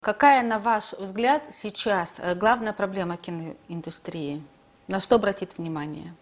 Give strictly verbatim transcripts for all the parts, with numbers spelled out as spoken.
Какая, на ваш взгляд, сейчас э, главная проблема киноиндустрии? На что обратить внимание?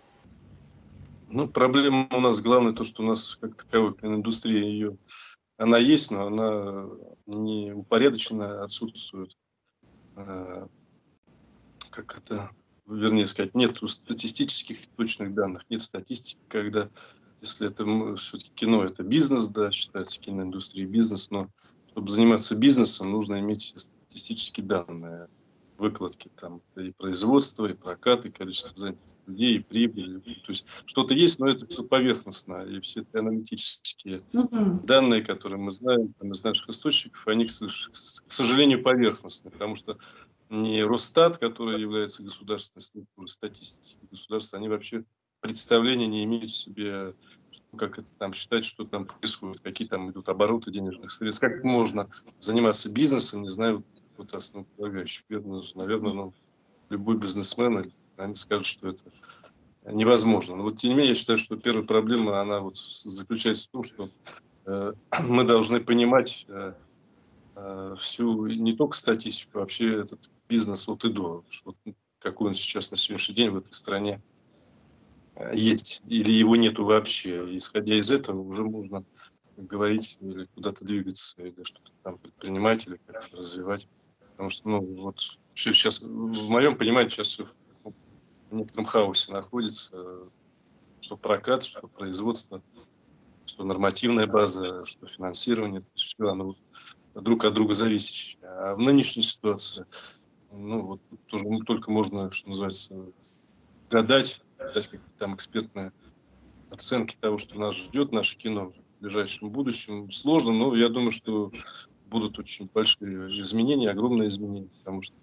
Ну, проблема у нас главная то, что у нас как таковой индустрия ее, она есть, но она не упорядоченно отсутствует. А, как это, вернее сказать, нет статистических точных данных, нет статистики, когда, если это все-таки кино, это бизнес, да, считается киноиндустрией бизнес, но чтобы заниматься бизнесом, нужно иметь статистические данные, выкладки там и производства, и прокат, и количество занятых людей, и прибыли. То есть что-то есть, но это поверхностно. И все эти аналитические Мгм. данные, которые мы знаем там, из наших источников, они, к сож- к сожалению, поверхностны, потому что не Росстат, который является государственной структурой статистики государства, они вообще представления не имеют в себе, что- как это там считать, что там происходит, какие там идут обороты денежных средств, как можно заниматься бизнесом, не знаю, вот основополагающих. Наверное, наверное, ну, любой бизнесмен, наверное, скажет, что это невозможно. Но вот тем не менее, я считаю, что первая проблема, она вот заключается в том, что э, мы должны понимать э, э, всю, не только статистику, а вообще этот бизнес от и до, что, ну, какой он сейчас на сегодняшний день в этой стране э, есть, или его нету вообще. Исходя из этого уже можно говорить или куда-то двигаться, или что-то там предпринимать, или как-то развивать. Потому что, ну, вот сейчас, в моем понимании, сейчас все в в некотором хаосе находится, э, что прокат, что производство, что нормативная база, что финансирование. То есть все оно вот друг от друга зависящее. А в нынешней ситуации, ну, вот тут тоже ну, только можно, что называется, гадать, дать какие-то там экспертные оценки того, что нас ждет, наше кино в ближайшем будущем. Сложно, но я думаю, что будут очень большие изменения, огромные изменения, потому что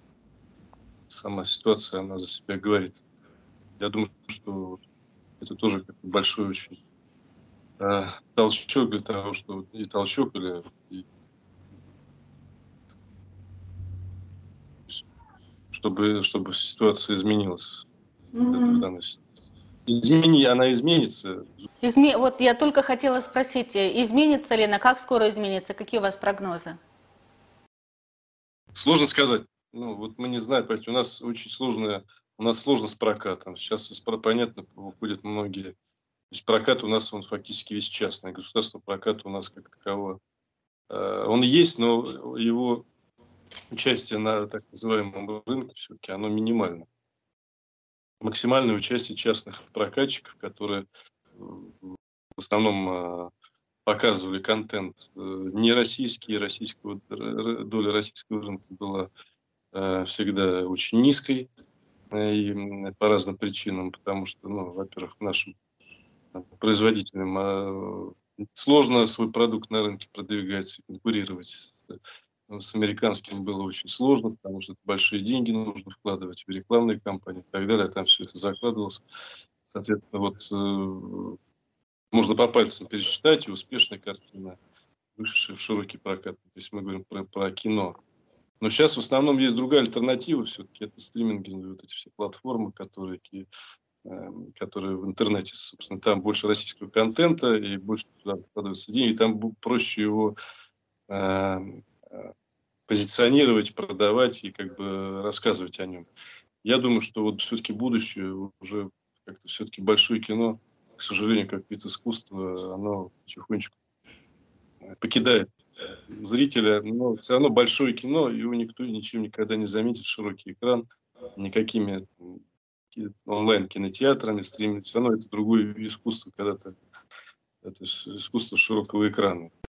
сама ситуация, она за себя говорит. Я думаю, что это тоже как бы большой очень э, толчок для того, что и толчок, или и, чтобы, чтобы ситуация изменилась в этой в Мгм. данной ситуации. Измени, она изменится. Изме- Вот я только хотела спросить, э, изменится ли она, как скоро изменится, какие у вас прогнозы? Сложно сказать. Ну, вот мы не знаем, понимаете, у нас очень сложная, у нас сложно с прокатом. Сейчас, из про- понятно, выходят многие. То есть прокат у нас, он фактически весь частный. Государственный прокат у нас как такового. э, Он есть, но его участие на так называемом рынке все-таки, оно минимально. Максимальное участие частных прокатчиков, которые э, в основном э, показывали контент э, не российский, российского, р- доля российского рынка была э, всегда очень низкой, э, и м, по разным причинам, потому что, ну, во-первых, нашим э, производителям а, сложно свой продукт на рынке продвигать и конкурировать. Э, С американским было очень сложно, потому что это большие деньги нужно вкладывать в рекламные кампании и так далее. Там все это закладывалось. Соответственно, вот э, можно по пальцам пересчитать, и успешная картина, вышедшая в широкий прокат. То есть мы говорим про, про кино. Но сейчас в основном есть другая альтернатива все-таки. Это стриминги, вот эти все платформы, которые, ки- эм, которые в интернете, собственно, там больше российского контента и больше туда вкладываются деньги. И там бу- проще его эм, э, позиционировать, продавать и как бы рассказывать о нем. Я думаю, что вот все-таки будущее уже как-то все-таки большое кино, к сожалению, как вид искусства, оно потихонечку э, покидает зрителя, но все равно большое кино, его никто ничем никогда не заметит, широкий экран, никакими м, ки- онлайн-кинотеатрами, стриминг, все равно это другое искусство, когда-то это с- искусство широкого экрана.